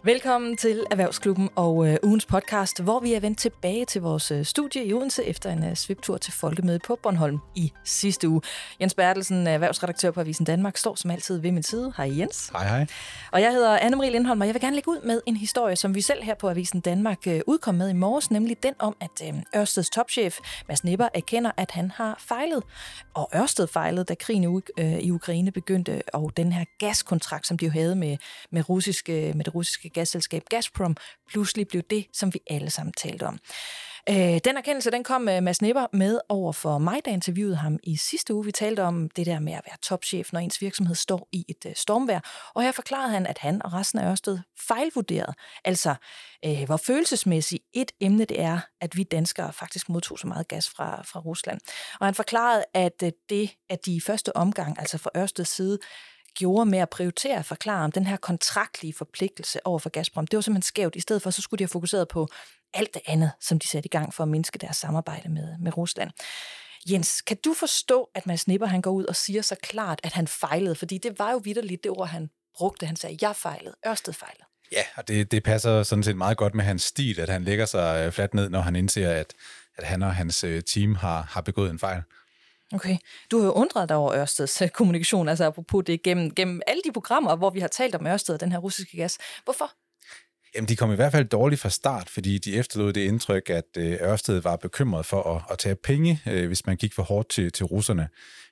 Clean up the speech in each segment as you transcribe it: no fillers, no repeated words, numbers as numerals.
Velkommen til Erhvervsklubben og ugens podcast, hvor vi er vendt tilbage til vores studie i Odense efter en sviptur til Folkemødet på Bornholm i sidste uge. Jens Bertelsen, erhvervsredaktør på Avisen Danmark, står som altid ved min side. Hej Jens. Hej. Og jeg hedder Anne-Marie Lindholm, og jeg vil gerne lægge ud med en historie, som vi selv her på Avisen Danmark udkom med i morges, nemlig den om, at Ørsteds topchef Mads Nipper erkender, at han har fejlet. Og Ørsted fejlede, da krigen i Ukraine begyndte, og den her gaskontrakt, som de jo havde med det russiske gasselskab Gazprom, pludselig blev det, som vi alle sammen talte om. Den erkendelse, den kom Mads Nipper med over for mig, da interviewede ham i sidste uge. Vi talte om det der med at være topchef, når ens virksomhed står i et stormvejr. Og her forklarede han, at han og resten af Ørsted fejlvurderede. Altså, hvor følelsesmæssigt et emne det er, at vi danskere faktisk modtog så meget gas fra Rusland. Og han forklarede, at det, at de i første omgang, altså fra Ørsteds side, gjorde med at prioritere at forklare om den her kontraktlige forpligtelse over for Gazprom. Det var simpelthen skævt. I stedet for, så skulle de have fokuseret på alt det andet, som de satte i gang for at mindske deres samarbejde med Rusland. Jens, kan du forstå, at Mads Nipper han går ud og siger så klart, at han fejlede? Fordi det var jo vitterligt det ord, han brugte. Han sagde, jeg fejlede, Ørsted fejlede. Ja, og det passer sådan set meget godt med hans stil, at han lægger sig fladt ned, når han indser, at han og hans team har begået en fejl. Okay. Du har jo undret dig over Ørsteds kommunikation, altså apropos det gennem alle de programmer, hvor vi har talt om Ørsted og den her russiske gas. Hvorfor? Jamen, de kom i hvert fald dårligt fra start, fordi de efterlod det indtryk, at Ørsted var bekymret for at tage penge, hvis man gik for hårdt til russerne.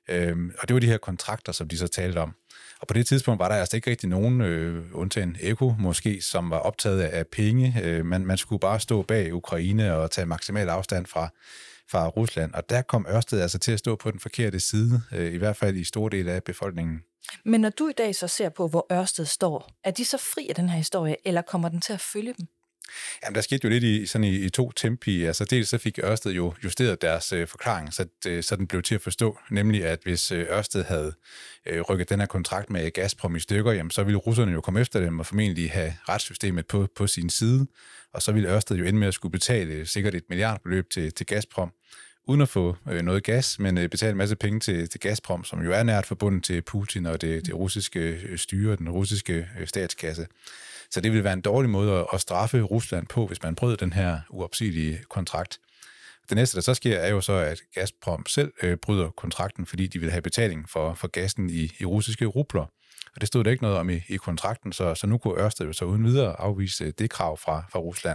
Og det var de her kontrakter, som de så talte om. Og på det tidspunkt var der altså ikke rigtig nogen, undtagen Eko måske, som var optaget af penge. Man skulle bare stå bag Ukraine og tage maksimal afstand fra Rusland. Og der kom Ørsted altså til at stå på den forkerte side, i hvert fald i store dele af befolkningen. Men når du i dag så ser på, hvor Ørsted står, er de så fri af den her historie, eller kommer den til at følge dem? Jamen, der skete jo lidt i to tempi. Altså, dels så fik Ørsted jo justeret deres forklaring, så den blev til at forstå. Nemlig, at hvis Ørsted havde rykket den her kontrakt med Gazprom i stykker, jamen, så ville russerne jo komme efter dem og formentlig have retssystemet på sin side. Og så ville Ørsted jo ende med at skulle betale sikkert et milliardbeløb til Gazprom, uden at få noget gas, men betale en masse penge til Gazprom, som jo er nært forbundet til Putin og det russiske styre, den russiske statskasse. Så det ville være en dårlig måde at straffe Rusland på, hvis man brød den her uopsigelige kontrakt. Det næste, der så sker, er jo så, at Gazprom selv bryder kontrakten, fordi de vil have betaling for gassen i russiske rubler. Og det stod der ikke noget om i kontrakten, så nu kunne Ørsted jo så uden videre afvise det krav fra Rusland.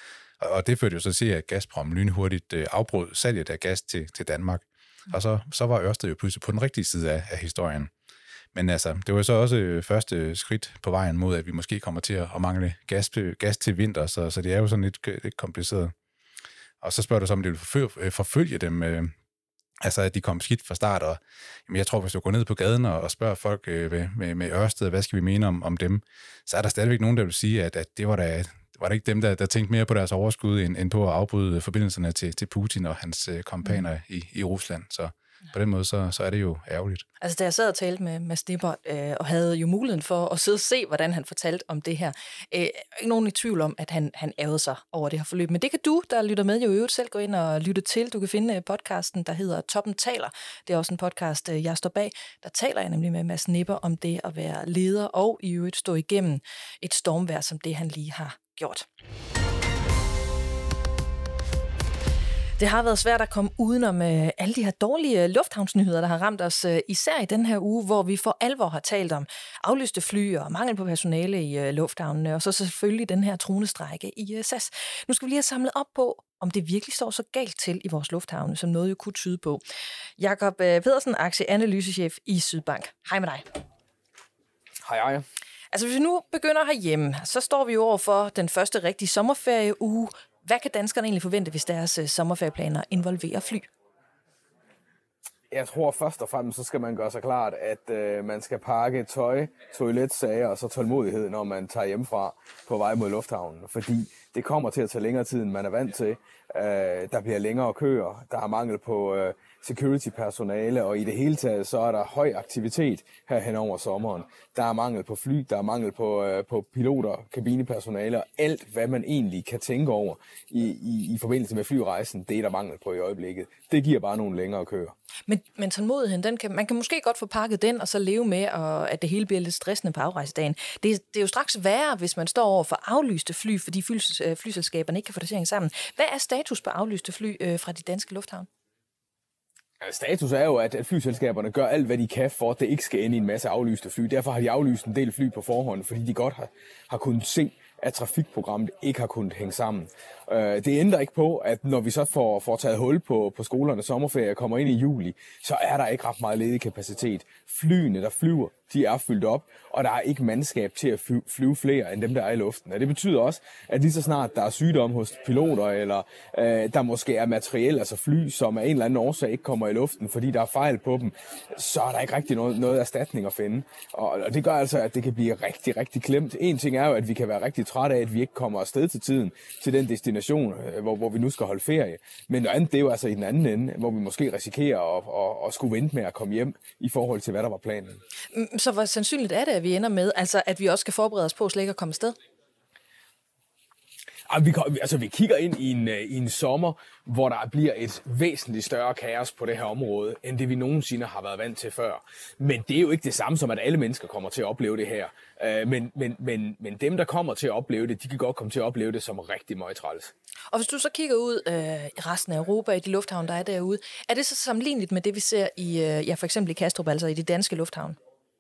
Og det førte jo så til, at Gazprom lynhurtigt afbrød salget af gas til Danmark. Og så var Ørsted jo pludselig på den rigtige side af historien. Men altså, det var så også første skridt på vejen mod, at vi måske kommer til at mangle gas til vinter, så det er jo sådan lidt kompliceret. Og så spørger du så, om det vil forfølge dem, altså at de kom skidt fra start. Og jamen, jeg tror, hvis du går ned på gaden og spørger folk med Ørsted, hvad skal vi mene om dem, så er der stadigvæk nogen, der vil sige, at det var det ikke dem, der tænkte mere på deres overskud, end på at afbryde forbindelserne til Putin og hans kompaner i Rusland. Så på den måde, så er det jo ærgerligt. Altså, da jeg sad og talte med Mads Nipper, og havde jo muligheden for at sidde og se, hvordan han fortalte om det her, ikke nogen i tvivl om, at han ærgede sig over det her forløb. Men det kan du, der lytter med, jo i øvrigt selv gå ind og lytte til. Du kan finde podcasten, der hedder Toppen taler. Det er også en podcast, jeg står bag. Der taler jeg nemlig med Mads Nipper om det at være leder og i øvrigt stå igennem et stormvejr, som det han lige har gjort. Det har været svært at komme udenom alle de her dårlige lufthavnsnyheder, der har ramt os, især i den her uge, hvor vi for alvor har talt om aflyste fly og mangel på personale i lufthavnene, og så selvfølgelig den her truende strejke i SAS. Nu skal vi lige have samlet op på, om det virkelig står så galt til i vores lufthavne, som noget jo kunne tyde på. Jakob Pedersen, aktieanalysechef i Sydbank. Hej med dig. Hej. Altså hvis vi nu begynder herhjemme, så står vi jo over for den første rigtige sommerferieuge. Hvad kan danskerne egentlig forvente, hvis deres sommerferieplaner involverer fly? Jeg tror først og fremmest, så skal man gøre sig klart, at man skal pakke tøj, toiletsager og så tålmodighed, når man tager hjemmefra på vej mod lufthavnen. Fordi det kommer til at tage længere tid, end man er vant til. Der bliver længere køer, der er mangel på security-personale, og i det hele taget, så er der høj aktivitet her hen over sommeren. Der er mangel på fly, der er mangel på piloter, kabinepersonale, og alt, hvad man egentlig kan tænke over i forbindelse med flyrejsen, det er der mangel på i øjeblikket. Det giver bare nogle længere køer. Men tålmodigheden, man kan måske godt få pakket den, og så leve med, at det hele bliver lidt stressende på afrejsedagen. Det er jo straks værre, hvis man står over for aflyste fly, fordi flyselskaberne ikke kan få det til at hænge sammen. Hvad er status på aflyste fly fra de danske lufthavne? Status er jo, at flyselskaberne gør alt, hvad de kan, for at det ikke skal ende i en masse aflyste fly. Derfor har de aflyst en del fly på forhånd, fordi de godt har kunnet se, at trafikprogrammet ikke har kunnet hænge sammen. Det ændrer ikke på, at når vi så får taget hul på skolernes sommerferie og kommer ind i juli, så er der ikke ret meget ledig kapacitet. Flyene, der flyver, de er fyldt op, og der er ikke mandskab til at flyve flere end dem, der er i luften. Og det betyder også, at lige så snart der er sygdom hos piloter, eller der måske er materiel, altså fly, som af en eller anden årsag ikke kommer i luften, fordi der er fejl på dem, så er der ikke rigtig noget erstatning at finde. Og det gør altså, at det kan blive rigtig, rigtig klemt. En ting er jo, at vi kan være rigtig trætte af, at vi ikke kommer afsted til tiden til den destination, hvor vi nu skal holde ferie. Men noget andet, det er jo altså i den anden ende, hvor vi måske risikerer at skulle vente med at komme hjem i forhold til, hvad der var planen. Så hvor sandsynligt er det, at vi ender med, altså at vi også skal forberede os på slet ikke at komme afsted? Vi kigger ind i en sommer, hvor der bliver et væsentligt større kaos på det her område, end det vi nogensinde har været vant til før. Men det er jo ikke det samme som, at alle mennesker kommer til at opleve det her. Men dem, der kommer til at opleve det, de kan godt komme til at opleve det som rigtig meget træls. Og hvis du så kigger ud i resten af Europa, i de lufthavne, der er derude, er det så sammenligneligt med det, vi ser i for eksempel i Kastrup, altså i de danske lufthavne?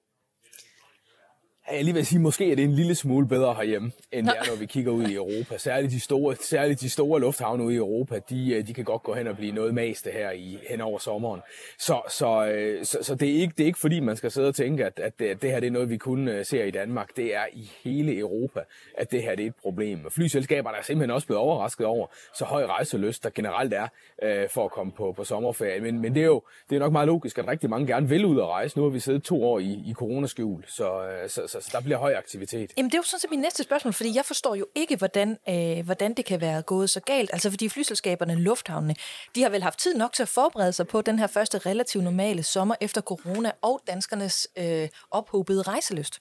Jeg lige vil sige, måske er det en lille smule bedre herhjemme, end det er, når vi kigger ud i Europa. Særligt de store lufthavne ude i Europa, de kan godt gå hen og blive noget maste her hen over sommeren. Så det er ikke fordi, man skal sidde og tænke, at det her det er noget, vi kun ser i Danmark. Det er i hele Europa, at det her det er et problem. Flyselskaberne er simpelthen også blevet overrasket over så høj rejselyst, der generelt er for at komme på sommerferie. Men det er nok meget logisk, at rigtig mange gerne vil ud og rejse. Nu har vi siddet 2 år i coronaskjul, så der bliver høj aktivitet. Jamen det er jo sådan set mit næste spørgsmål, fordi jeg forstår jo ikke, hvordan det kan være gået så galt. Altså fordi flyselskaberne, lufthavnene, de har vel haft tid nok til at forberede sig på den her første relativt normale sommer efter corona og danskernes ophobede rejselyst.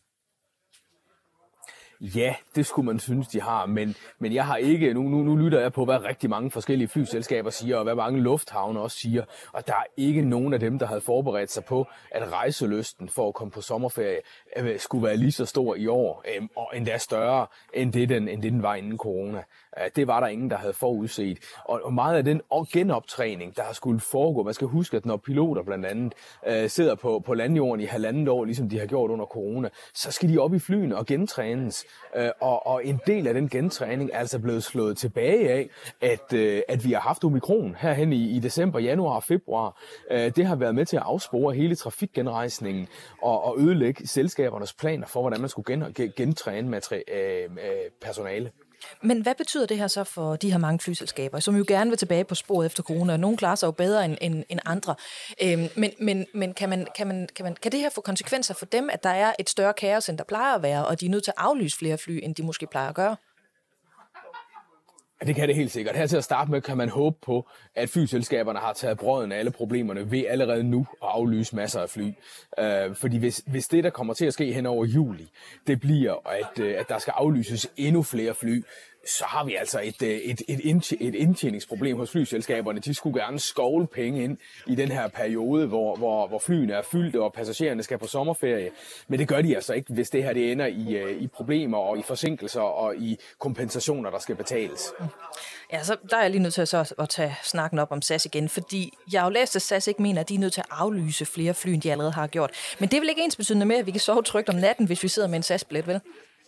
Ja, det skulle man synes, de har, men jeg har ikke, nu lytter jeg på, hvad rigtig mange forskellige flyselskaber siger, og hvad mange lufthavne også siger, og der er ikke nogen af dem, der havde forberedt sig på, at rejselysten for at komme på sommerferie skulle være lige så stor i år, og endda større, end det den var inden corona. Det var der ingen, der havde forudset. Og meget af den genoptræning, der har skulle foregå, man skal huske, at når piloter blandt andet sidder på landjorden i 1,5 år, ligesom de har gjort under corona, så skal de op i flyene og gentrænes. Og en del af den gentræning er altså blevet slået tilbage af, at vi har haft omikron herhen i december, januar og februar. Det har været med til at afspore hele trafikgenrejsningen og ødelægge selskabernes planer for, hvordan man skulle gentræne personale. Men hvad betyder det her så for de her mange flyselskaber, som jo gerne vil tilbage på sporet efter corona? Nogle klarer sig jo bedre end andre. Men kan det her få konsekvenser for dem, at der er et større kaos, end der plejer at være, og de er nødt til at aflyse flere fly, end de måske plejer at gøre? Det kan det helt sikkert. Her til at starte med kan man håbe på, at flyselskaberne har taget brøden af alle problemerne ved allerede nu at aflyse masser af fly. Fordi hvis det, der kommer til at ske hen over juli, det bliver, at der skal aflyses endnu flere fly, så har vi altså et indtjeningsproblem hos flyselskaberne. De skulle gerne skovle penge ind i den her periode, hvor flyene er fyldte, og passagererne skal på sommerferie. Men det gør de altså ikke, hvis det her det ender i problemer og i forsinkelser og i kompensationer, der skal betales. Ja, så der er jeg lige nødt til at tage snakken op om SAS igen, fordi jeg har jo læst, at SAS ikke mener, at de er nødt til at aflyse flere fly, end de allerede har gjort. Men det er vel ikke ensbetydende med, at vi kan sove trygt om natten, hvis vi sidder med en SAS-billet, vel?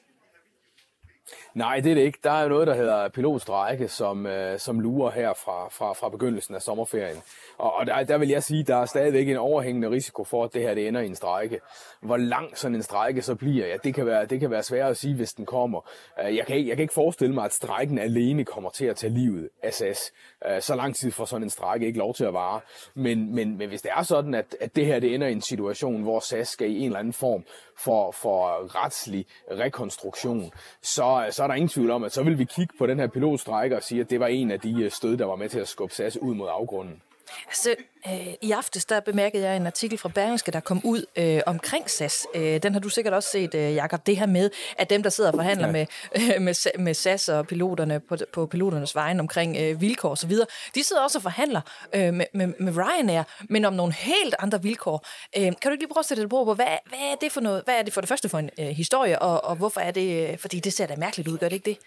Nej, det er det ikke. Der er jo noget, der hedder pilotstrejke, som lurer her fra begyndelsen af sommerferien. Og der vil jeg sige, at der er stadigvæk en overhængende risiko for, at det her det ender i en strejke. Hvor lang sådan en strejke så bliver, ja, det kan være svært at sige, hvis den kommer. Jeg kan ikke forestille mig, at strejken alene kommer til at tage livet af SAS. Så lang tid får sådan en strejke ikke lov til at vare. Men hvis det er sådan, at det her det ender i en situation, hvor SAS skal i en eller anden form for retslig rekonstruktion, så er der ingen tvivl om, at så vil vi kigge på den her pilotstrejke og sige, at det var en af de stød, der var med til at skubbe SAS ud mod afgrunden. Altså, i aftes, der bemærkede jeg en artikel fra Berlingske, der kom ud omkring SAS. Den har du sikkert også set, Jakob. Det her med, at dem, der sidder og forhandler med SAS og piloterne på piloternes vegne omkring vilkår og så videre, de sidder også og forhandler med Ryanair, men om nogle helt andre vilkår. Kan du ikke lige prøve at sætte det på, hvad er det for noget? Hvad er det for det første for en historie, og hvorfor er det? Fordi det ser da mærkeligt ud, gør det ikke det?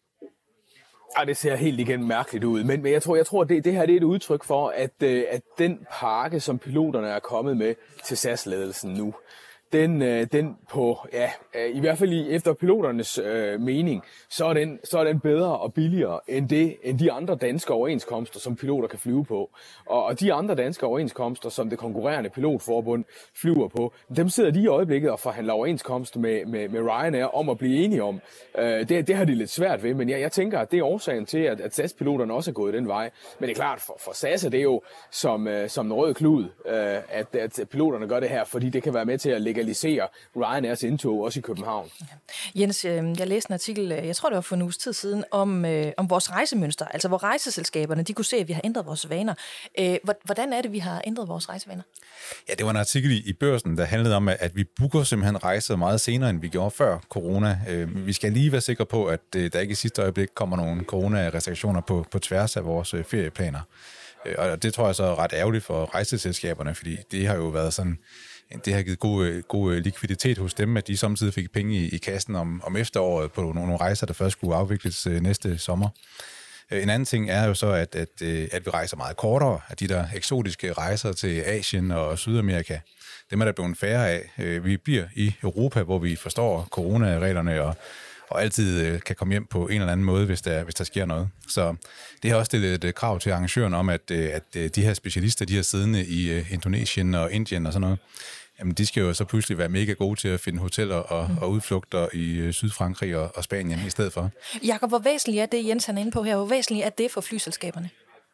Ja, det ser helt igen mærkeligt ud, men jeg tror at det her det er et udtryk for, at den pakke, som piloterne er kommet med til SAS-ledelsen nu, den på, i hvert fald efter piloternes mening, så er den bedre og billigere end de andre danske overenskomster, som piloter kan flyve på. Og de andre danske overenskomster, som det konkurrerende pilotforbund flyver på, dem sidder de i øjeblikket og forhandler overenskomst med Ryanair om at blive enige om. Det har de lidt svært ved, men jeg tænker, at det er årsagen til, at SAS-piloterne også er gået den vej. Men det er klart, for SAS er det jo som en rød klud, at piloterne gør det her, fordi det kan være med til at legalisere Ryanairs indtog også i København. Jens, jeg læste en artikel, jeg tror det var for en uges tid siden, om vores rejsemønster, altså hvor rejseselskaberne, de kunne se, at vi har ændret vores vaner. Hvordan er det, vi har ændret vores rejsevaner? Ja, det var en artikel i Børsen, der handlede om, at vi booker simpelthen rejser meget senere, end vi gjorde før corona. Vi skal lige være sikre på, at der ikke i sidste øjeblik kommer nogle coronarestriktioner på tværs af vores ferieplaner. Og det tror jeg så er ret ærgerligt for rejseselskaberne, fordi det har jo været sådan, det har givet god likviditet hos dem, at de samtidig fik penge i kassen om efteråret på nogle rejser, der først skulle afvikles næste sommer. En anden ting er jo så, at vi rejser meget kortere af de der eksotiske rejser til Asien og Sydamerika. Dem er der blevet færre af. Vi bliver i Europa, hvor vi forstår coronareglerne og altid kan komme hjem på en eller anden måde, hvis der sker noget. Så det har også stillet et krav til arrangøren om, at de her specialister, de her siddende i Indonesien og Indien og sådan noget, jamen de skal jo så pludselig være mega gode til at finde hoteller og udflugter i Sydfrankrig og Spanien i stedet for. Jakob, hvor væsentligt er det, Jens han er inde på her? Hvor væsentligt er det for flyselskaberne?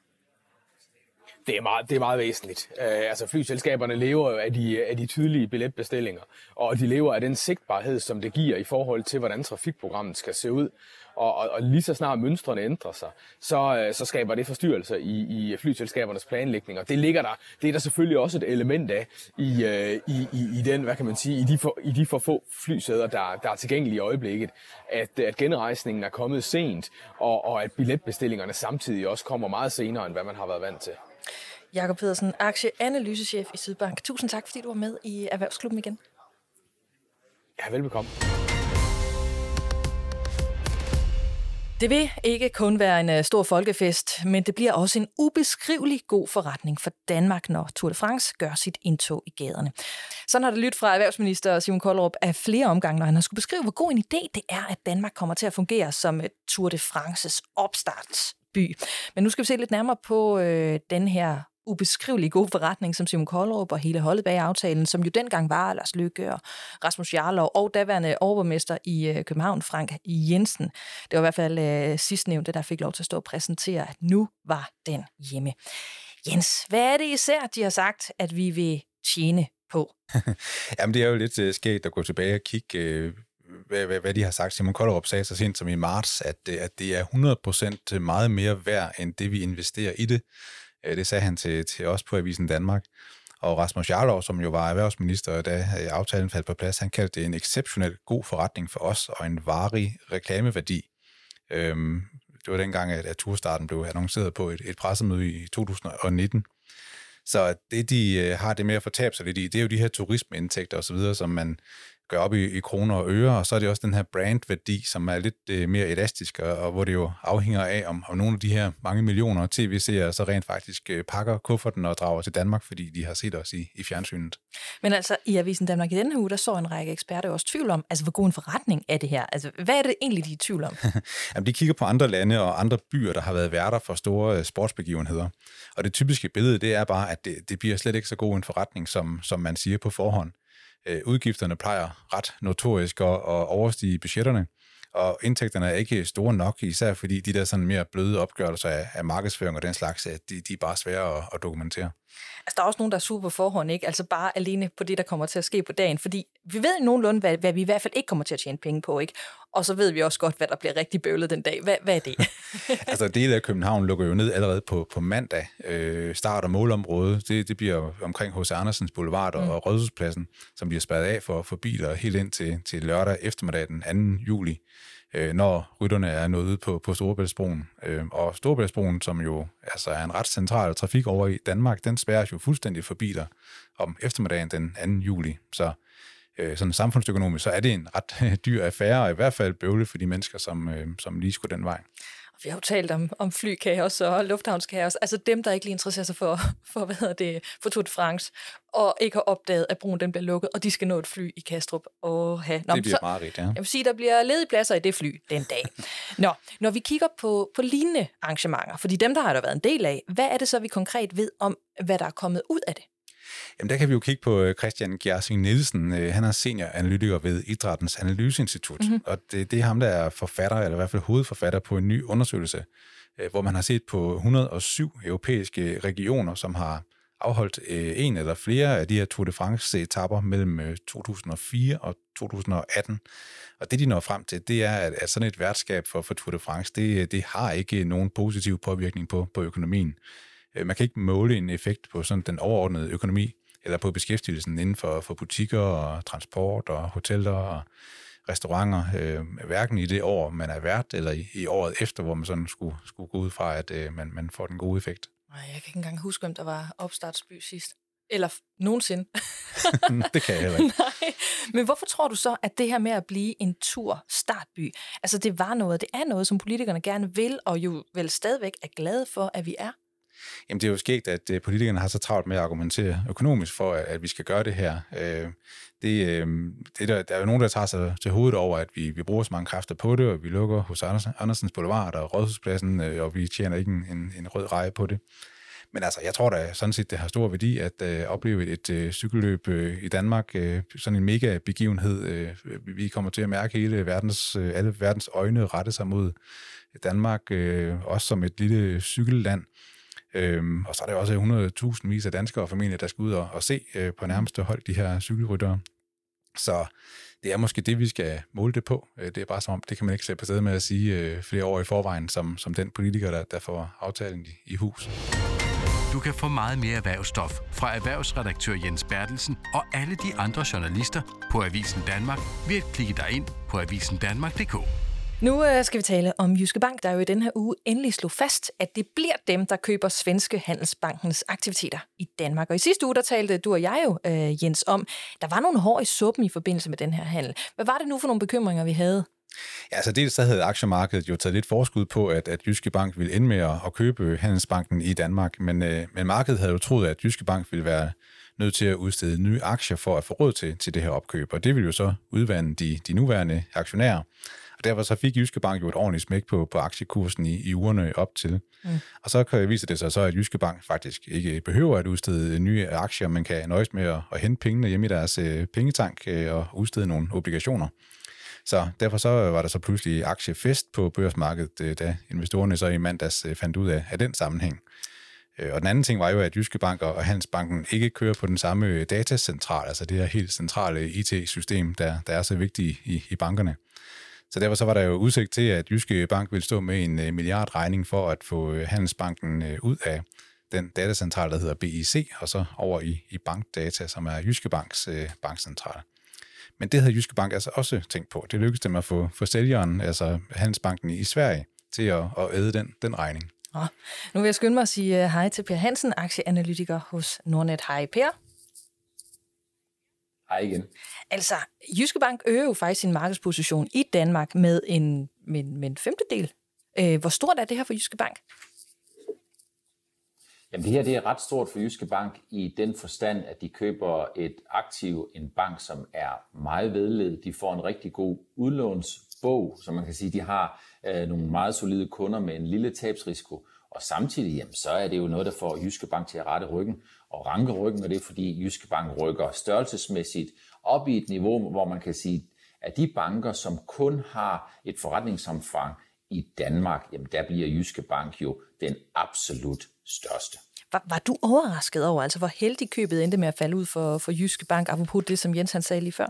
Det er meget væsentligt. Altså flyselskaberne lever af de tydelige billetbestillinger, og de lever af den sigtbarhed, som det giver i forhold til, hvordan trafikprogrammet skal se ud. Og lige så snart mønstrene ændrer sig, så skaber det forstyrrelser i flyselskabernes planlægning. Og det er der selvfølgelig også et element af i den, hvad kan man sige, i de for få flysæder, der er tilgængelige i øjeblikket, at genrejsningen er kommet sent, og at billetbestillingerne samtidig også kommer meget senere, end hvad man har været vant til. Jakob Pedersen, aktieanalysechef i Sydbank. Tusind tak, fordi du var med i Erhvervsklubben igen. Ja, velbekomme. Det vil ikke kun være en stor folkefest, men det bliver også en ubeskrivelig god forretning for Danmark, når Tour de France gør sit indtog i gaderne. Sådan har det lyttet fra erhvervsminister Simon Kollerup af flere omgange, når han har skulle beskrive, hvor god en idé det er, at Danmark kommer til at fungere som Tour de Frances opstartsby. Men nu skal vi se lidt nærmere på den her ubeskrivelig god forretning, som Simon Kollerup og hele holdet bag aftalen, som jo dengang var Lars Løkke og Rasmus Jarlov og daværende overborgmester i København, Frank Jensen. Det var i hvert fald sidstnævnte, der fik lov til at stå og præsentere, at nu var den hjemme. Jens, hvad er det især, de har sagt, at vi vil tjene på? Jamen, det er jo lidt skægt at gå tilbage og kigge, hvad de har sagt. Simon Kollerup sagde så sent som i marts, at det er 100% meget mere værd, end det vi investerer i det. Det sagde han til os på Avisen Danmark. Og Rasmus Jarlov, som jo var erhvervsminister, da aftalen faldt på plads, han kaldte det en exceptionelt god forretning for os og en varig reklameværdi. Det var dengang, at turstarten blev annonceret på et pressemøde i 2019. Så det, de har det med at fortabe sig lidt i, det er jo de her turismeindtægter og så videre, som man gør op i kroner og øre, og så er det også den her brandværdi, som er lidt mere elastisk, og hvor det jo afhænger af, om nogle af de her mange millioner tv-seere så rent faktisk pakker kufferten og drager til Danmark, fordi de har set os i fjernsynet. Men altså, i Avisen Danmark i denne uge, der så en række eksperter også tvivl om, altså hvor god en forretning er det her? Altså, hvad er det egentlig, de er i tvivl om? Jamen, de kigger på andre lande og andre byer, der har været værter for store sportsbegivenheder. Og det typiske billede, det er bare, at det bliver slet ikke så god en forretning, som man siger på forhånd. Udgifterne plejer ret notorisk at overstige budgetterne, og indtægterne er ikke store nok, især fordi de der sådan mere bløde opgørelser af markedsføring og den slags, de er bare svære at dokumentere. Altså, der er også nogen, der er super på forhånd, ikke? Altså bare alene på det, der kommer til at ske på dagen. Fordi vi ved nogenlunde, hvad vi i hvert fald ikke kommer til at tjene penge på, ikke? Og så ved vi også godt, hvad der bliver rigtig bøvlet den dag. Hvad er det? Altså, dele af København lukker jo ned allerede på mandag. Start- og målområdet, det bliver omkring H.C. Andersens Boulevard og Rådhuspladsen, som bliver spærret af for biler helt ind til lørdag eftermiddag den 2. juli, når rytterne er nået ud på Storebæltsbroen. Og Storebæltsbroen, som jo altså er en ret central trafik over i Danmark, den spærres jo fuldstændig for biler om eftermiddagen den 2. juli. Så sådan samfundsøkonomisk, så er det en ret dyr affære, og i hvert fald bøvlet for de mennesker, som lige skulle den vej. Vi har jo talt om flykaos og lufthavnskaos. Altså dem, der ikke lige interesserer sig for Tour de France, og ikke har opdaget, at broen den bliver lukket, og de skal nå et fly i Kastrup. Det bliver meget rigt, ja. Jeg vil sige, der bliver ledige pladser i det fly den dag. Når vi kigger på lignende arrangementer, fordi dem, der har der været en del af, hvad er det så, vi konkret ved om, hvad der er kommet ud af det? Jamen, der kan vi jo kigge på Christian Gjersing Nielsen. Han er senioranalytiker ved Idrættens Analyseinstitut, og det er ham, der er forfatter, eller i hvert fald hovedforfatter på en ny undersøgelse, hvor man har set på 107 europæiske regioner, som har afholdt en eller flere af de her Tour de France-etapper mellem 2004 og 2018. Og det, de når frem til, det er, at sådan et værtskab for Tour de France, det har ikke nogen positiv påvirkning på økonomien. Man kan ikke måle en effekt på sådan den overordnede økonomi, eller på beskæftigelsen inden for butikker og transport og hoteller og restauranter, hverken i det år, man er vært, eller i året efter, hvor man sådan skulle gå ud fra, at man får den gode effekt. Nej, jeg kan ikke engang huske, om der var opstartsby sidst. Eller nogensinde. Det kan jeg heller ikke. Nej. Men hvorfor tror du så, at det her med at blive en tur-startby, altså det er noget, som politikerne gerne vil, og jo vel stadigvæk er glade for, at vi er? Jamen, det er jo skægt, at politikerne har så travlt med at argumentere økonomisk for, at vi skal gøre det her. Der er jo nogen, der tager sig til hovedet over, at vi bruger så mange kræfter på det, og vi lukker hos Andersens Boulevard og Rådhuspladsen, og vi tjener ikke en rød reje på det. Men altså, jeg tror da sådan set, det har stor værdi at opleve et cykelløb i Danmark, sådan en mega begivenhed. Vi kommer til at mærke alle verdens øjne rette sig mod Danmark, også som et lille cykelland. Og så er der også 100.000 af danskere og familier, der skal ud og se på nærmeste hold de her cykelryttere. Så det er måske det, vi skal måle det på. Det er bare som om, det kan man ikke slippe afsted med at sige flere år i forvejen, som den politiker, der får aftalen i hus. Du kan få meget mere erhvervsstof fra erhvervsredaktør Jens Bertelsen og alle de andre journalister på Avisen Danmark ved at klikke dig ind på avisendanmark.dk. Nu skal vi tale om Jyske Bank, der jo i den her uge endelig slog fast, at det bliver dem, der køber Svenske Handelsbankens aktiviteter i Danmark. Og i sidste uge, der talte du og jeg jo, Jens, om, der var nogle hår i suppen i forbindelse med den her handel. Hvad var det nu for nogle bekymringer, vi havde? Ja, altså dels så havde aktiemarkedet jo taget lidt forskud på, at Jyske Bank ville ende med at købe Handelsbanken i Danmark, men markedet havde jo troet, at Jyske Bank ville være nødt til at udstede nye aktier for at få råd til det her opkøb, og det ville jo så udvande de nuværende aktionærer. Og derfor så fik Jyske Bank jo et ordentligt smæk på aktiekursen i ugerne op til. Og så viser det sig så, at Jyske Bank faktisk ikke behøver at udstede nye aktier, man kan nøjes med at hente pengene hjemme i deres pengetank og udstede nogle obligationer. Så derfor så var der så pludselig aktiefest på børsmarkedet, da investorerne så i mandags fandt ud af den sammenhæng. Og den anden ting var jo, at Jyske Bank og Handelsbanken ikke kører på den samme datacentral, altså det her helt centrale IT-system, der er så vigtigt i bankerne. Så derfor så var der jo udsigt til, at Jyske Bank ville stå med en milliardregning for at få Handelsbanken ud af den datacentral, der hedder BIC, og så over i Bankdata, som er Jyske Banks bankcentral. Men det havde Jyske Bank altså også tænkt på. Det lykkedes dem at få sælgeren, altså Handelsbanken i Sverige, til at æde den regning. Nu vil jeg skynde mig at sige hej til Per Hansen, aktieanalytiker hos Nordnet. Hej Per. Hej igen. Altså, Jyske Bank øger jo faktisk sin markedsposition i Danmark med en femtedel. Hvor stort er det her for Jyske Bank? Jamen det her det er ret stort for Jyske Bank i den forstand, at de køber et aktiv, en bank, som er meget vedledet. De får en rigtig god udlånsbog, så man kan sige, de har nogle meget solide kunder med en lille tabsrisiko. Og samtidig, jamen, så er det jo noget, der får Jyske Bank til at rette ryggen og ranke ryggen, og det er fordi Jyske Bank rykker størrelsesmæssigt op i et niveau, hvor man kan sige, at de banker, som kun har et forretningsomfang i Danmark, jamen der bliver Jyske Bank jo den absolut største. Var du overrasket over, altså hvor heldig købet endte med at falde ud for Jyske Bank, apropos det, som Jens han sagde lige før?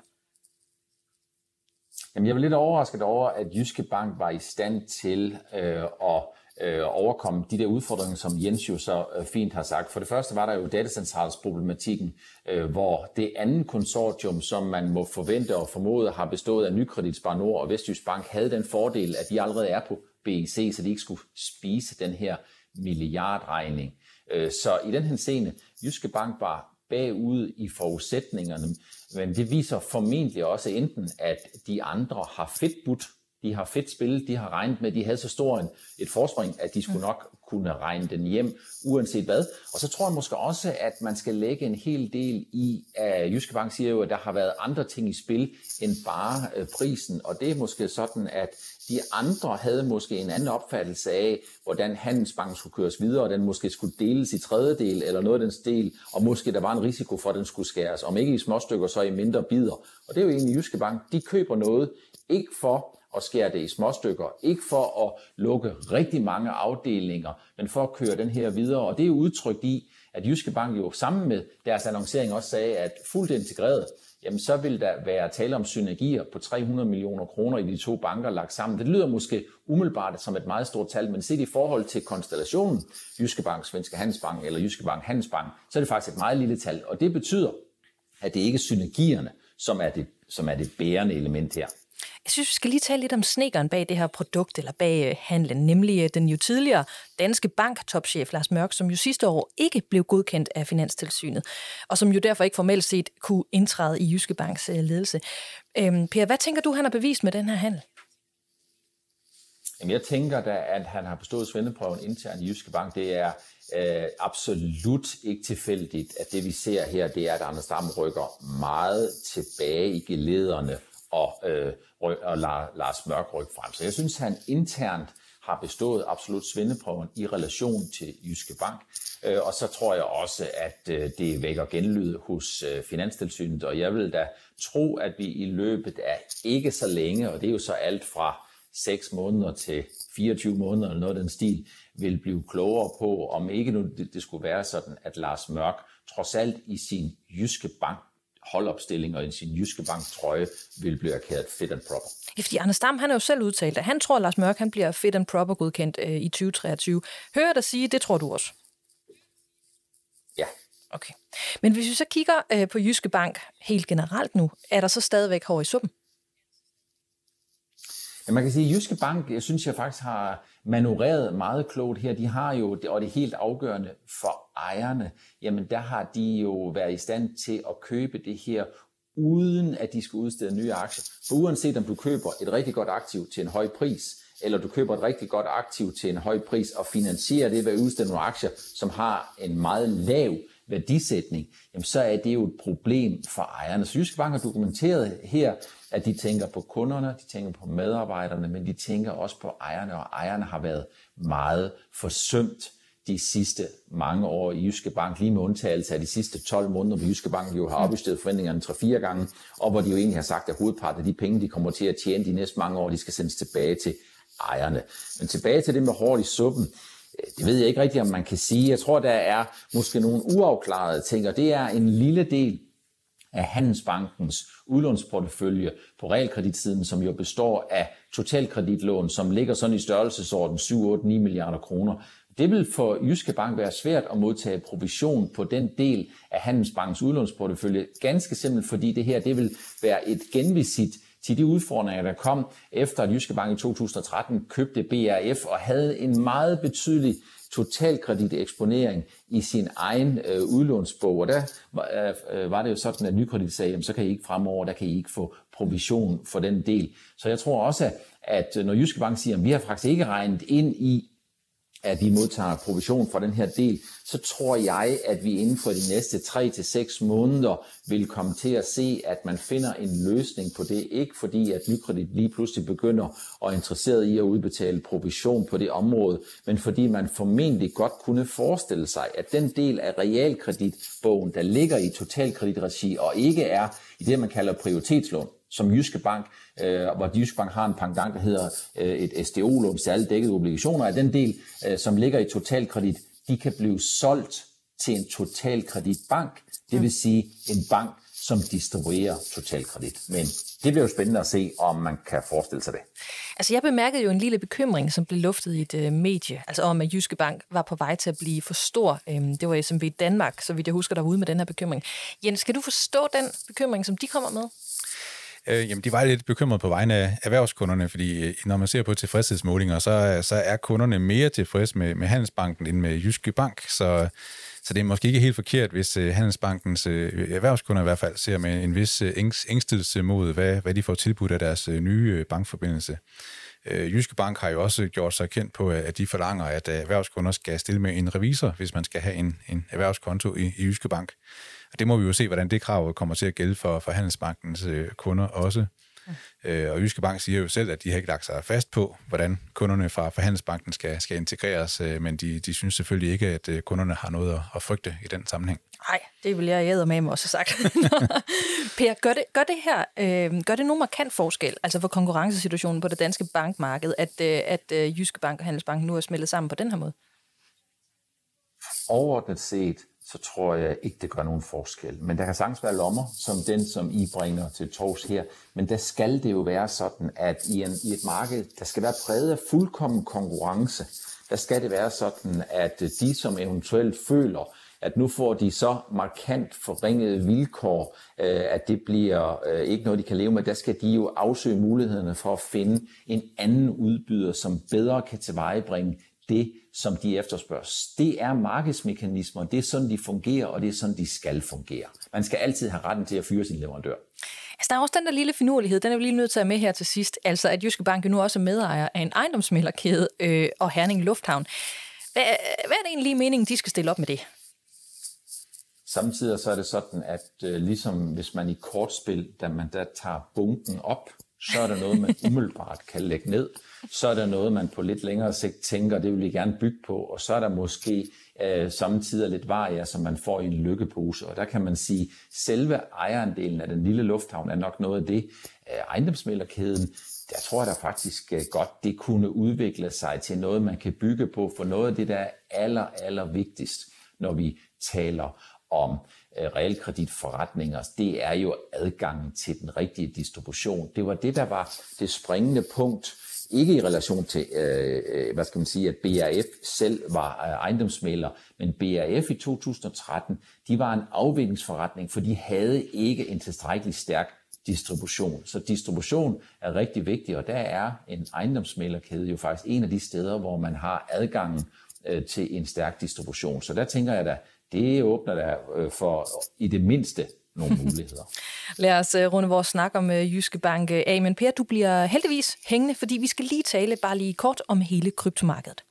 Jamen, jeg var lidt overrasket over, at Jyske Bank var i stand til at overkomme de der udfordringer, som Jens jo så fint har sagt. For det første var der jo datacentralsproblematikken, hvor det andet konsortium, som man må forvente og formode har bestået af Nykredit, Spar Nord og Vestjysk Bank, havde den fordel, at de allerede er på BEC, så de ikke skulle spise den her milliardregning. Så i den henseende, Jyske Bank var bagud i forudsætningerne, men det viser formentlig også enten, at de andre har fedtbudt, de har fedt spillet, de har regnet med, at de havde så stor et forspring, at de skulle nok kunne regne den hjem, uanset hvad. Og så tror jeg måske også, at man skal lægge en hel del i, at Jyske Bank siger jo, at der har været andre ting i spil end bare prisen, og det er måske sådan, at de andre havde måske en anden opfattelse af, hvordan Handelsbanken skulle køres videre, og den måske skulle deles i tredjedel eller noget af den stil, og måske der var en risiko for, at den skulle skæres, om ikke i småstykker, så i mindre bidder. Og det er jo egentlig Jyske Bank, de køber noget, ikke for at skære det i småstykker, ikke for at lukke rigtig mange afdelinger, men for at køre den her videre. Og det er jo udtrykt i, at Jyske Bank jo sammen med deres annoncering også sagde, at fuldt integreret, jamen så vil der være tale om synergier på 300 millioner kroner i de to banker lagt sammen. Det lyder måske umiddelbart som et meget stort tal, men set i forhold til konstellationen Jyske Bank, Svenska Handelsbank eller Jyske Bank, Handelsbank, så er det faktisk et meget lille tal. Og det betyder, at det ikke er synergierne, som er det bærende element her. Jeg synes, vi skal lige tale lidt om snekeren bag det her produkt, eller bag handlen, nemlig den jo tidligere danske bank-topchef Lars Mørch, som jo sidste år ikke blev godkendt af Finanstilsynet, og som jo derfor ikke formelt set kunne indtræde i Jyske Banks ledelse. Per, hvad tænker du, han har bevist med den her handel? Jamen, jeg tænker da, at han har bestået svendeprøven internt i Jyske Bank. Det er absolut ikke tilfældigt, at det vi ser her, det er, at Anders Dam rykker meget tilbage i gelederne, og Lars Mørch rykker frem. Så jeg synes, han internt har bestået absolut svendeprøven i relation til Jyske Bank. Og så tror jeg også, at det vækker genlyd hos Finanstilsynet, og jeg vil da tro, at vi i løbet af ikke så længe, og det er jo så alt fra 6 måneder til 24 måneder eller noget af den stil, vil blive klogere på, om ikke nu det skulle være sådan, at Lars Mørch trods alt i sin Jyske Bank holdopstilling og i sin Jyske Bank trøje vil blive erklæret fit and proper. Ja, fordi Anders Dam, han har jo selv udtalt, at han tror, at Lars Mørch han bliver fit and proper godkendt i 2023. Hører dig sige, det tror du også? Ja. Okay. Men hvis vi så kigger på Jyske Bank helt generelt nu, er der så stadigvæk hår i suppen? Ja, man kan sige, at Jyske Bank, jeg synes, jeg faktisk har manøvreret meget klogt her. De har jo, og det er helt afgørende for ejerne, jamen der har de jo været i stand til at købe det her, uden at de skal udstede nye aktier. For uanset om du køber et rigtig godt aktiv til en høj pris, eller du køber et rigtig godt aktiv til en høj pris og finansierer det ved at udstede nogle aktier, som har en meget lav værdisætning, jamen så er det jo et problem for ejerne. Så Jyske Bank har dokumenteret her, at de tænker på kunderne, de tænker på medarbejderne, men de tænker også på ejerne, og ejerne har været meget forsømt de sidste mange år i Jyske Bank, lige med undtagelse af de sidste 12 måneder, hvor Jyske Bank jo har opjusteret forventningerne 3-4 gange, og hvor de jo egentlig har sagt, at hovedparten af de penge, de kommer til at tjene de næste mange år, de skal sendes tilbage til ejerne. Men tilbage til det med hår i suppen, det ved jeg ikke rigtigt, om man kan sige. Jeg tror, der er måske nogle uafklarede ting, og det er en lille del af Handelsbankens udlånsportefølje på realkreditsiden, som jo består af totalkreditlån, som ligger sådan i størrelsesorden 7-8-9 milliarder kroner. Det vil for Jyske Bank være svært at modtage provision på den del af Handelsbankens udlånsportefølje, ganske simpelt fordi det her det vil være et genvisit til de udfordringer, der kom efter at Jyske Bank i 2013 købte BRF og havde en meget betydelig totalkrediteksponering i sin egen udlånsbog. Og der var det jo sådan, at Nykredit sagde, jamen, så kan I ikke fremover, der kan I ikke få provision for den del. Så jeg tror også, at når Jyske Bank siger, at vi har faktisk ikke regnet ind i, at vi modtager provision for den her del, så tror jeg, at vi inden for de næste 3-6 måneder vil komme til at se, at man finder en løsning på det. Ikke fordi, at Nykredit lige pludselig begynder at være interesseret i at udbetale provision på det område, men fordi man formentlig godt kunne forestille sig, at den del af realkreditbogen, der ligger i totalkreditregi og ikke er i det, man kalder prioritetslån, som Jyske Bank, hvor Jyske Bank har en pendant, der hedder et SDO-lån, særligt dækkede obligationer, af den del, som ligger i totalkredit, de kan blive solgt til en totalkreditbank, det vil sige en bank, som distribuerer totalkredit. Men det bliver jo spændende at se, om man kan forestille sig det. Altså jeg bemærkede jo en lille bekymring, som blev luftet i et medie, altså om at Jyske Bank var på vej til at blive for stor. Det var SMB Danmark, så vidt jeg husker, der var ude med den her bekymring. Jens, kan du forstå den bekymring, som de kommer med? Jamen, de var lidt bekymrede på vegne af erhvervskunderne, fordi når man ser på tilfredshedsmålinger, så er kunderne mere tilfredse med Handelsbanken end med Jyske Bank, så det er måske ikke helt forkert, hvis Handelsbankens erhvervskunder i hvert fald ser med en vis ængstelse mod, hvad de får tilbudt af deres nye bankforbindelse. Jyske Bank har jo også gjort sig kendt på, at de forlanger, at erhvervskunder skal stille med en revisor, hvis man skal have en erhvervskonto i Jyske Bank. Og det må vi jo se, hvordan det krav kommer til at gælde for Handelsbankens kunder også. Og Jyske Bank siger jo selv, at de har ikke lagt sig fast på, hvordan kunderne fra Handelsbanken skal integreres, men de synes selvfølgelig ikke, at kunderne har noget at frygte i den sammenhæng. Nej, det vil jeg eddermame også have sagt. Per, gør det nogen markant forskel, altså for konkurrencesituationen på det danske bankmarked, at Jyske Bank og Handelsbanken nu er smeltet sammen på den her måde? Overordnet set, så tror jeg ikke, det gør nogen forskel. Men der kan sagtens være lommer, som den, som I bringer til torvs her. Men der skal det jo være sådan, at i et marked, der skal være præget af fuldkommen konkurrence. Der skal det være sådan, at de, som eventuelt føler, at nu får de så markant forringede vilkår, at det bliver ikke noget, de kan leve med, der skal de jo afsøge mulighederne for at finde en anden udbyder, som bedre kan tilvejebringe det, som de efterspørger. Det er markedsmekanismer, det er sådan, de fungerer, og det er sådan, de skal fungere. Man skal altid have retten til at fyre sin leverandør. Altså, der er også den der lille finurlighed, den er vi lige nødt til at have med her til sidst, altså at Jyske Bank nu også er medejer af en ejendomsmæglerkæde og Herning Lufthavn. Hvad er det egentlig meningen, de skal stille op med det? Samtidig så er det sådan, at ligesom hvis man i kortspil, da man der tager bunken op, så er der noget, man umiddelbart kan lægge ned. Så er der noget, man på lidt længere sigt tænker, det vil vi gerne bygge på. Og så er der måske samtidig lidt varier, som man får i en lykkepose. Og der kan man sige, at selve ejerandelen af den lille lufthavn er nok noget af det. Ejendomsmæglerkæden, der tror jeg da faktisk godt, det kunne udvikle sig til noget, man kan bygge på. For noget af det, der er aller vigtigst, når vi taler om realkreditforretninger, det er jo adgangen til den rigtige distribution. Det var det, der var det springende punkt, ikke i relation til, at BRF selv var ejendomsmægler, men BRF i 2013, de var en afviklingsforretning, for de havde ikke en tilstrækkelig stærk distribution. Så distribution er rigtig vigtig, og der er en ejendomsmæglerkæde jo faktisk en af de steder, hvor man har adgangen til en stærk distribution. Så der tænker jeg da, det åbner der for i det mindste nogle muligheder. Lad os runde vores snak om Jyske Bank af. Men Per, du bliver heldigvis hængende, fordi vi skal lige tale bare lige kort om hele kryptomarkedet.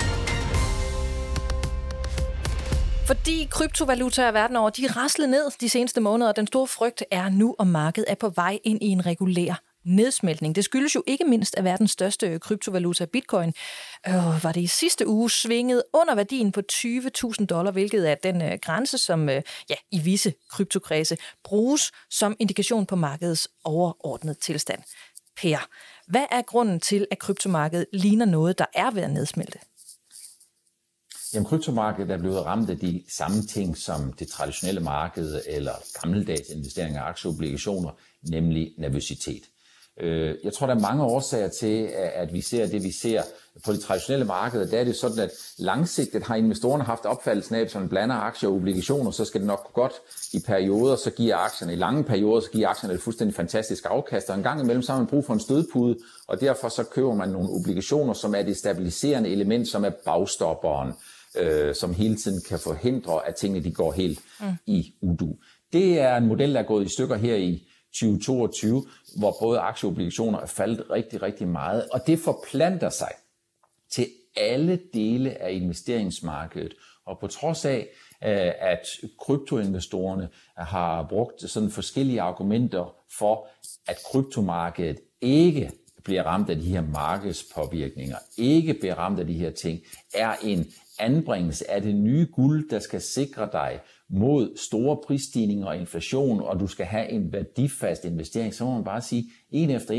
Fordi kryptovalutaer verden over, de raslede ned de seneste måneder, og den store frygt er nu, om markedet er på vej ind i en regulær nedsmeltning. Det skyldes jo ikke mindst, at verdens største kryptovaluta, bitcoin, var det i sidste uge svinget under værdien på $20,000, hvilket er den grænse, som i visse kryptokredse bruges som indikation på markedets overordnede tilstand. Per, hvad er grunden til, at kryptomarkedet ligner noget, der er ved at nedsmelte? Jamen, kryptomarkedet er blevet ramt af de samme ting som det traditionelle marked eller gammeldags investeringer af aktieobligationer, nemlig nervøsitet. Jeg tror, der er mange årsager til, at vi ser det, vi ser på det traditionelle marked. Der er det sådan, at langsigtet har investorerne haft opfattelsen af, at hvis man blander aktier og obligationer, så skal det nok godt i perioder, så giver aktierne, i lange perioder, så giver aktierne et fuldstændig fantastisk afkast, og en gang imellem så har man brug for en stødpude, og derfor så køber man nogle obligationer, som er det stabiliserende element, som er bagstopperen, som hele tiden kan forhindre, at tingene de går helt i udu. Det er en model, der er gået i stykker her i 2022, hvor både aktieobligationer er faldet rigtig meget, og det forplanter sig til alle dele af investeringsmarkedet. Og på trods af, at kryptoinvestorerne har brugt sådan forskellige argumenter for, at kryptomarkedet ikke bliver ramt af de her markedspåvirkninger, ikke bliver ramt af de her ting, er en anbringelse af det nye guld, der skal sikre dig mod store prisstigninger og inflation, og du skal have en værdifast investering, så må man bare sige, en efter en,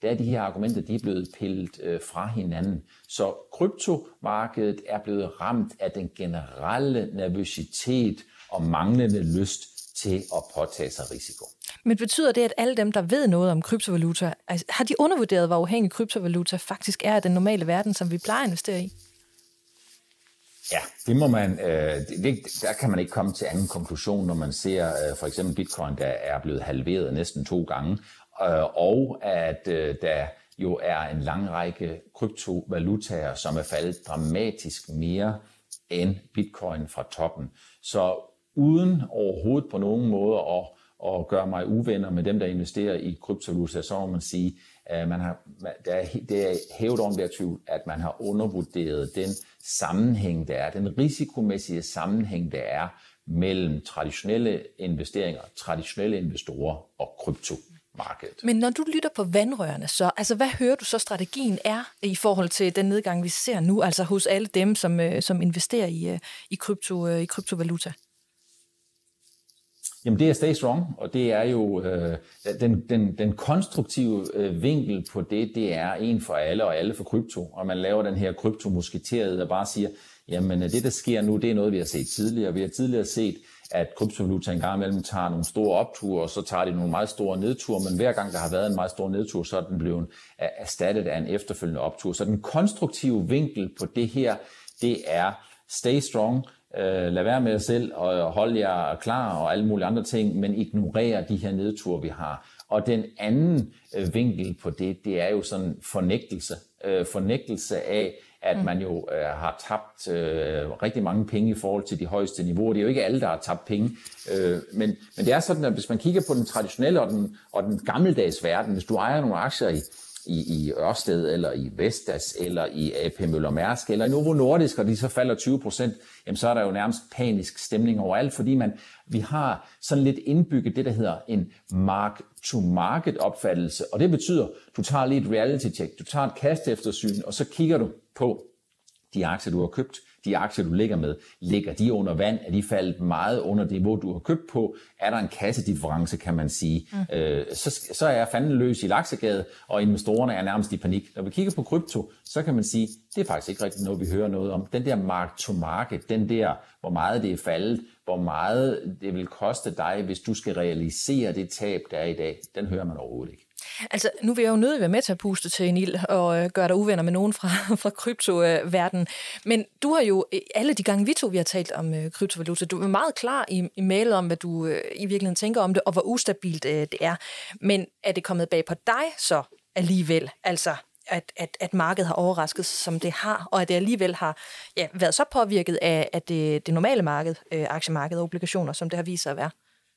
der er de her argumenter, de er blevet pillet fra hinanden. Så kryptomarkedet er blevet ramt af den generelle nervøsitet og manglende lyst til at påtage sig risiko. Men betyder det, at alle dem, der ved noget om kryptovaluta, altså, har de undervurderet, hvor afhængig kryptovaluta faktisk er af den normale verden, som vi plejer at investere i? Ja, det må man. Der kan man ikke komme til anden konklusion, når man ser for eksempel Bitcoin, der er blevet halveret næsten 2 gange, og at der jo er en lang række kryptovalutaer, som er faldet dramatisk mere end Bitcoin fra toppen. Så uden overhovedet på nogen måde at gøre mig uvenner med dem, der investerer i kryptovaluta, så må man sige, at det er hævet over enhver tvivl, at man har undervurderet den sammenhæng, der er, den risikomæssige sammenhæng, der er mellem traditionelle investeringer, traditionelle investorer og kryptomarkedet. Men når du lytter på vandrørene, så altså, hvad hører du så strategien er i forhold til den nedgang, vi ser nu, altså hos alle dem, som investerer i kryptovaluta? Jamen det er stay strong, og det er jo den konstruktive vinkel på det er en for alle og alle for krypto. Og man laver den her kryptomusketeriet, der bare siger, jamen det der sker nu, det er noget vi har set tidligere. Vi har tidligere set, at kryptovaluta en gang imellem tager nogle store opture, og så tager de nogle meget store nedture, men hver gang der har været en meget stor nedtur, så er den blevet erstattet af en efterfølgende optur. Så den konstruktive vinkel på det her, det er stay strong. Lad være med jer selv og holde jer klar og alle mulige andre ting, men ignorere de her nedture, vi har. Og den anden vinkel på det er jo sådan fornægtelse. Fornægtelse af, at man jo har tabt rigtig mange penge i forhold til de højeste niveauer. Det er jo ikke alle, der har tabt penge. Men det er sådan, at hvis man kigger på den traditionelle og den gammeldags verden, hvis du ejer nogle aktier i Ørsted, eller i Vestas, eller i AP Møller Mærsk, eller i Novo Nordisk, og de så falder 20%, jamen så er der jo nærmest panisk stemning overalt, fordi vi har sådan lidt indbygget det, der hedder en mark-to-market opfattelse, og det betyder, du tager lige et reality-check, du tager et kasteftersyn, og så kigger du på de aktier, du har købt, de aktier, du ligger med, ligger de under vand? Er de faldet meget under det niveau, du har købt på? Er der en kassedifference, kan man sige? Så er fanden løs i laksegade, og investorerne er nærmest i panik. Når vi kigger på krypto, så kan man sige, det er faktisk ikke rigtigt noget, vi hører noget om. Den der mark-to-market, den der, hvor meget det er faldet, hvor meget det vil koste dig, hvis du skal realisere det tab, der er i dag, den hører man overhovedet ikke. Altså, nu vil jeg jo nødig være med til at puste til en ild og gøre dig uvenner med nogen fra kryptoverdenen. Men du har jo, alle de gange vi har talt om kryptovaluta, du er meget klar i mailet om, hvad du i virkeligheden tænker om det, og hvor ustabilt det er. Men er det kommet bag på dig så alligevel? Altså, at markedet har overrasket, som det har, og at det alligevel har været så påvirket af det normale marked, aktiemarked og obligationer, som det har vist sig at være?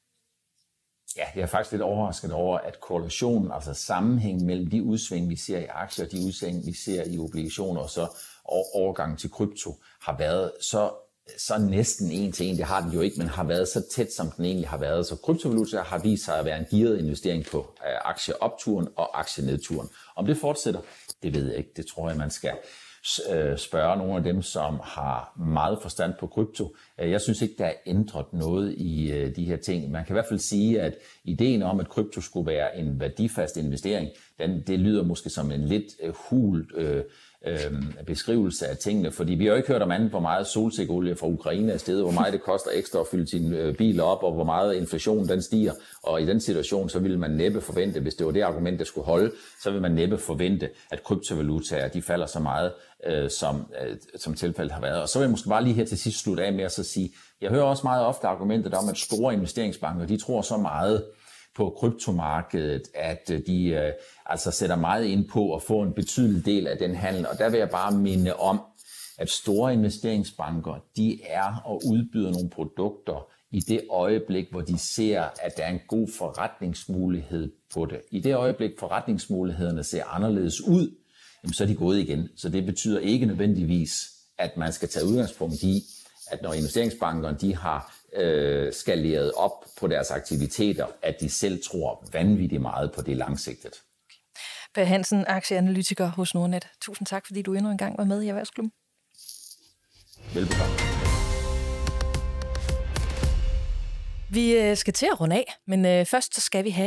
Ja, jeg er faktisk lidt overrasket over, at korrelationen, altså sammenhæng mellem de udsving, vi ser i aktier, og de udsving, vi ser i obligationer, og så overgangen til krypto, har været så næsten en til en. Det har den jo ikke, men har været så tæt, som den egentlig har været. Så kryptovaluta har vist sig at være en gearet investering på aktieopturen og aktienedturen. Om det fortsætter, det ved jeg ikke. Det tror jeg, man skal spørge nogle af dem, som har meget forstand på krypto. Jeg synes ikke, der er ændret noget i de her ting. Man kan i hvert fald sige, at ideen om, at krypto skulle være en værdifast investering, det lyder måske som en lidt hul beskrivelse af tingene, fordi vi har jo ikke hørt om andet, hvor meget solsikkeolie fra Ukraine er steget, hvor meget det koster ekstra at fylde sin bil op, og hvor meget inflationen den stiger. Og i den situation, så ville man næppe forvente, hvis det var det argument, der skulle holde, så ville man næppe forvente, at kryptovalutaer, de falder så meget, som tilfældet har været. Og så vil jeg måske bare lige her til sidst slutte af med at så sige, jeg hører også meget ofte argumentet om, at store investeringsbanker, de tror så meget på kryptomarkedet, at de altså sætter meget ind på at få en betydelig del af den handel. Og der vil jeg bare minde om, at store investeringsbanker, de er og udbyder nogle produkter i det øjeblik, hvor de ser, at der er en god forretningsmulighed på det. I det øjeblik, forretningsmulighederne ser anderledes ud, jamen, så er de gået igen. Så det betyder ikke nødvendigvis, at man skal tage udgangspunkt i, at når investeringsbankerne de har skaleret op på deres aktiviteter, at de selv tror vanvittigt meget på det langsigtet. Per Hansen, aktieanalytiker hos Nordnet. Tusind tak, fordi du endnu en gang var med i Erhvervsklubben. Velbekomme. Vi skal til at runde af, men først så skal vi have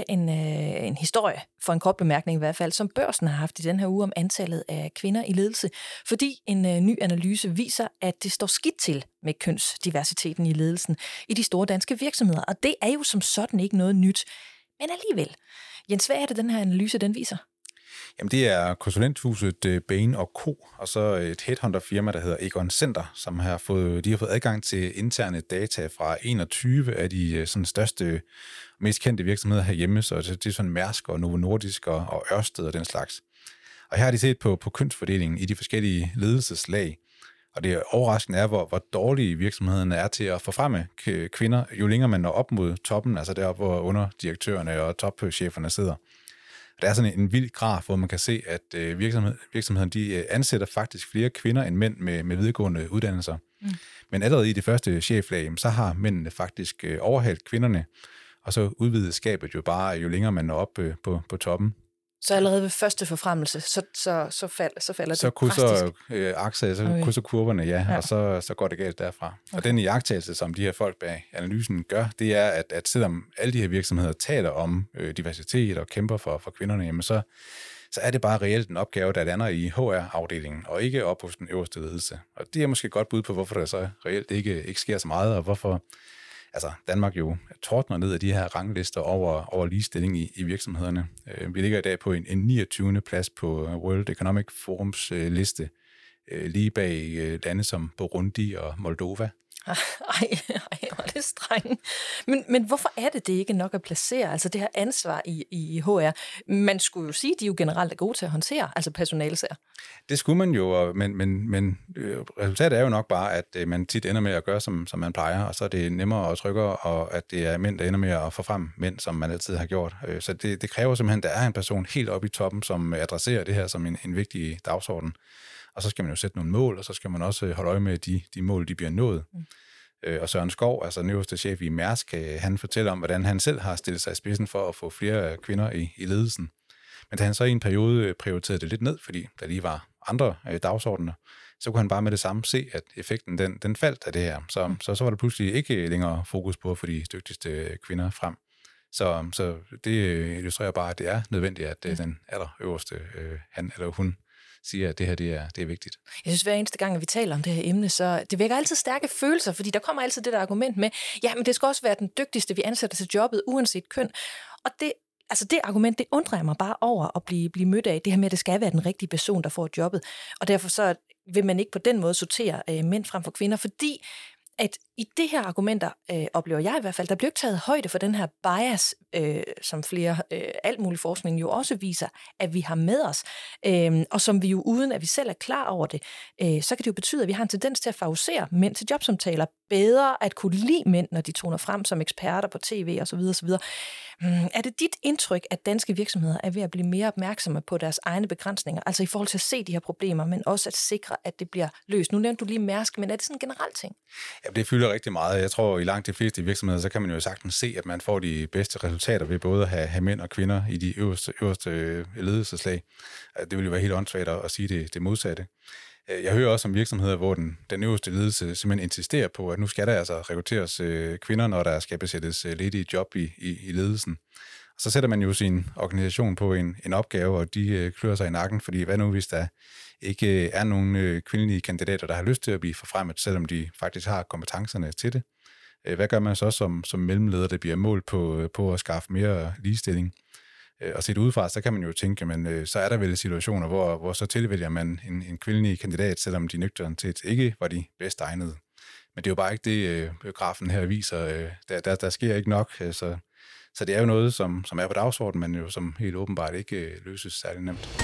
en historie, for en kort bemærkning i hvert fald, som Børsen har haft i den her uge om antallet af kvinder i ledelse, fordi en ny analyse viser, at det står skidt til med kønsdiversiteten i ledelsen i de store danske virksomheder, og det er jo som sådan ikke noget nyt, men alligevel. Jens, hvad er det, den her analyse den viser? Jamen, det er konsulenthuset Bain & Co., og så et headhunter-firma, der hedder Egon Center, som har fået adgang til interne data fra 21 af de sådan største, mest kendte virksomheder herhjemme, så det er sådan Mærsk og Novo Nordisk og Ørsted og den slags. Og her har de set på kønsfordelingen i de forskellige ledelseslag, og det overraskende er, hvor dårlige virksomhederne er til at forfremme kvinder, jo længere man når op mod toppen, altså deroppe, hvor underdirektørerne og topcheferne sidder. Der er sådan en vild graf, hvor man kan se, at virksomheden de ansætter faktisk flere kvinder end mænd med videregående uddannelser. Mm. Men allerede i det første cheflag, så har mændene faktisk overhalt kvinderne, og så udvidet skabet jo bare, jo længere man når op på toppen. Så allerede ved første forfremmelse, så falder det drastisk. Så krydser kurverne, ja. Og så går det galt derfra. Okay. Og den iagttagelse, som de her folk bag analysen gør, det er, at selvom alle de her virksomheder taler om diversitet og kæmper for kvinderne, jamen så er det bare reelt en opgave, der lander i HR-afdelingen, og ikke op hos den øverste ledelse. Og det er måske et godt bud på, hvorfor der så reelt ikke sker så meget, og hvorfor Danmark jo tordner ned af de her ranglister over ligestilling i virksomhederne. Vi ligger i dag på en 29. plads på World Economic Forums liste, lige bag lande som Burundi og Moldova. Ej, hvor er det strengt. Men hvorfor er det ikke nok at placere altså det her ansvar i HR? Man skulle jo sige, at de er jo generelt er gode til at håndtere, altså personalesager. Det skulle man jo, men resultatet er jo nok bare, at man tit ender med at gøre, som man plejer, og så er det nemmere og tryggere, og at det er mænd, der ender med at få frem mænd, som man altid har gjort. Så det kræver simpelthen, at der er en person helt oppe i toppen, som adresserer det her som en vigtig dagsorden. Og så skal man jo sætte nogle mål, og så skal man også holde øje med, de mål, de bliver nået. Og Søren Skov, altså den øverste chef i Mærsk, han fortæller om, hvordan han selv har stillet sig i spidsen for at få flere kvinder i ledelsen. Men da han så i en periode prioriterede det lidt ned, fordi der lige var andre dagsordener, så kunne han bare med det samme se, at effekten den faldt af det her. Så var der pludselig ikke længere fokus på at få de dygtigste kvinder frem. Så det illustrerer bare, at det er nødvendigt, at den allerøverste han eller hun siger, at det her det er vigtigt. Jeg synes, hver eneste gang, at vi taler om det her emne, så det vækker altid stærke følelser, fordi der kommer altid det der argument med, ja, men det skal også være den dygtigste, vi ansætter til jobbet, uanset køn. Og det argument, det undrer jeg mig bare over at blive mødt af, det her med, at det skal være den rigtige person, der får jobbet. Og derfor så vil man ikke på den måde sortere mænd frem for kvinder, fordi at i det her argumenter, oplever jeg i hvert fald, der bliver ikke taget højde for den her bias, som flere, alt mulig forskning jo også viser, at vi har med os, og som vi jo uden, at vi selv er klar over det, så kan det jo betyde, at vi har en tendens til at favorisere mænd til jobsamtaler, bedre at kunne lide mænd, når de toner frem som eksperter på tv osv. osv. Er det dit indtryk, at danske virksomheder er ved at blive mere opmærksomme på deres egne begrænsninger, altså i forhold til at se de her problemer, men også at sikre, at det bliver løst? Nu nævnte du lige Mærsk, men er det sådan en generel ting? Ja, det fylder rigtig meget. Jeg tror, i langt de fleste virksomheder, så kan man jo sagtens se, at man får de bedste resultater ved både at have mænd og kvinder i de øverste ledelseslag. Det ville jo være helt åndssvagt at sige det modsatte. Jeg hører også om virksomheder, hvor den øverste ledelse simpelthen insisterer på, at nu skal der altså rekrutteres kvinder, når der skal besættes ledige job i ledelsen. Og så sætter man jo sin organisation på en opgave, og de klør sig i nakken, fordi hvad nu, hvis der ikke er nogen kvindelige kandidater, der har lyst til at blive forfremmet, selvom de faktisk har kompetencerne til det. Hvad gør man så som mellemleder, der bliver målt på at skaffe mere ligestilling? Og set udefra, så kan man jo tænke, men så er der vel situationer, hvor så tilvælger man en kvindelig kandidat, selvom de nøgternt ikke var de bedst egnede. Men det er jo bare ikke det, grafen her viser. Der sker ikke nok, så det er jo noget, som er på dagsordenen, men jo som helt åbenbart ikke løses særlig nemt.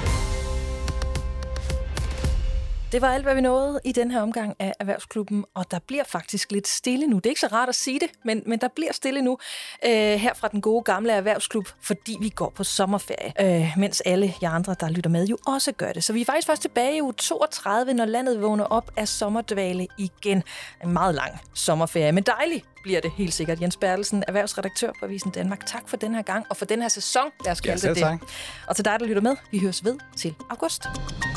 Det var alt, hvad vi nåede i den her omgang af Erhvervsklubben, og der bliver faktisk lidt stille nu. Det er ikke så rart at sige det, men der bliver stille nu her fra den gode gamle Erhvervsklub, fordi vi går på sommerferie, mens alle jer andre, der lytter med, jo også gør det. Så vi er faktisk først tilbage i uge 32, når landet vågner op af sommerdvale igen. En meget lang sommerferie, men dejlig bliver det helt sikkert. Jens Bertelsen, erhvervsredaktør på Avisen Danmark. Tak for den her gang, og for den her sæson, lad os kalde det. Og til dig, der lytter med, vi høres ved til august.